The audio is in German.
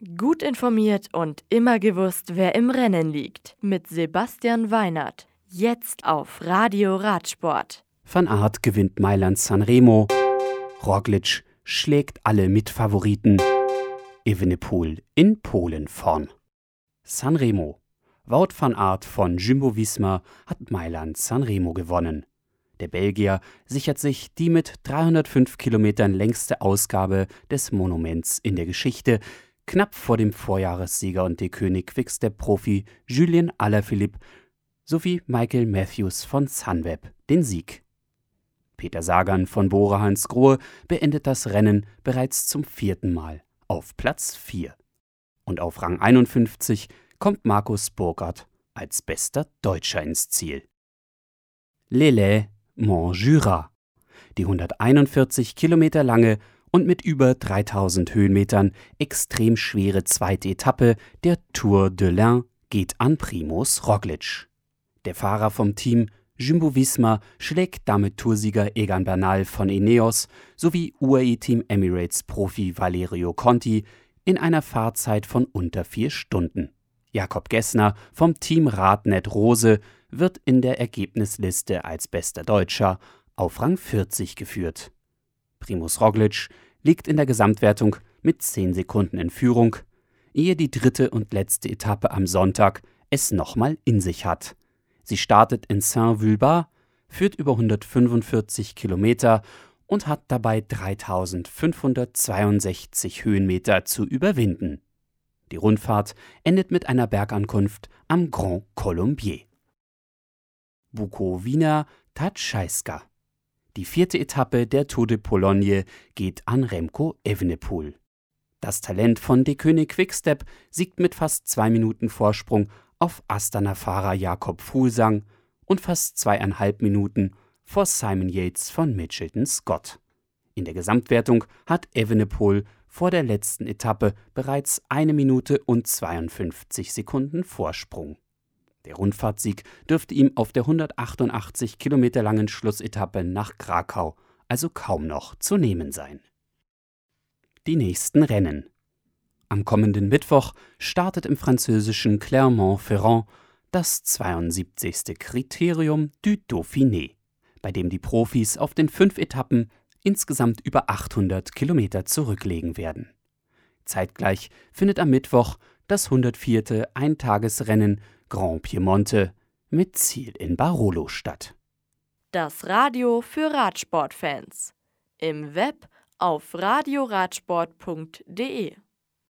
Gut informiert und immer gewusst, wer im Rennen liegt. Mit Sebastian Weinert. Jetzt auf Radio Radsport. Van Aert gewinnt Mailand-San Remo. Roglic schlägt alle Mitfavoriten. Evenepoel in Polen vorn. San Remo. Wout van Aert von Jumbo-Visma hat Mailand-San Remo gewonnen. Der Belgier sichert sich die mit 305 Kilometern längste Ausgabe des Monuments in der Geschichte, knapp vor dem Vorjahressieger und D-König Quickstep-Profi Julien Alaphilippe sowie Michael Matthews von Sunweb den Sieg. Peter Sagan von Bora Hansgrohe beendet das Rennen bereits zum 4. Mal auf Platz 4. Und auf Rang 51 kommt Markus Burkhardt als bester Deutscher ins Ziel. Lelay Mont Jura. Die 141 Kilometer lange und mit über 3000 Höhenmetern extrem schwere zweite Etappe der Tour de l'Ain geht an Primož Roglic. Der Fahrer vom Team Jumbo-Visma schlägt damit Toursieger Egan Bernal von Ineos sowie UAE-Team Emirates-Profi Valerio Conti in einer Fahrzeit von unter 4 Stunden. Jakob Gessner vom Team Radnet Rose wird in der Ergebnisliste als bester Deutscher auf Rang 40 geführt. Primož Roglic liegt in der Gesamtwertung mit 10 Sekunden in Führung, ehe die dritte und letzte Etappe am Sonntag es nochmal in sich hat. Sie startet in Saint-Vulbas, führt über 145 Kilometer und hat dabei 3562 Höhenmeter zu überwinden. Die Rundfahrt endet mit einer Bergankunft am Grand Colombier. Bukowina Tatschaïska. Die 4. Etappe der Tour de Pologne geht an Remco Evenepoel. Das Talent von D-König Quickstep siegt mit fast 2 Minuten Vorsprung auf Astana-Fahrer Jakob Fuglsang und fast 2,5 Minuten vor Simon Yates von Mitchelton Scott. In der Gesamtwertung hat Evenepoel vor der letzten Etappe bereits 1 Minute und 52 Sekunden Vorsprung. Der Rundfahrtsieg dürfte ihm auf der 188 Kilometer langen Schlussetappe nach Krakau also kaum noch zu nehmen sein. Die nächsten Rennen. Am kommenden Mittwoch startet im französischen Clermont-Ferrand das 72. Kriterium du Dauphiné, bei dem die Profis auf den 5 Etappen insgesamt über 800 Kilometer zurücklegen werden. Zeitgleich findet am Mittwoch das 104. Eintagesrennen Grand Piemonte mit Ziel in Barolo statt. Das Radio für Radsportfans. Im Web auf radioradsport.de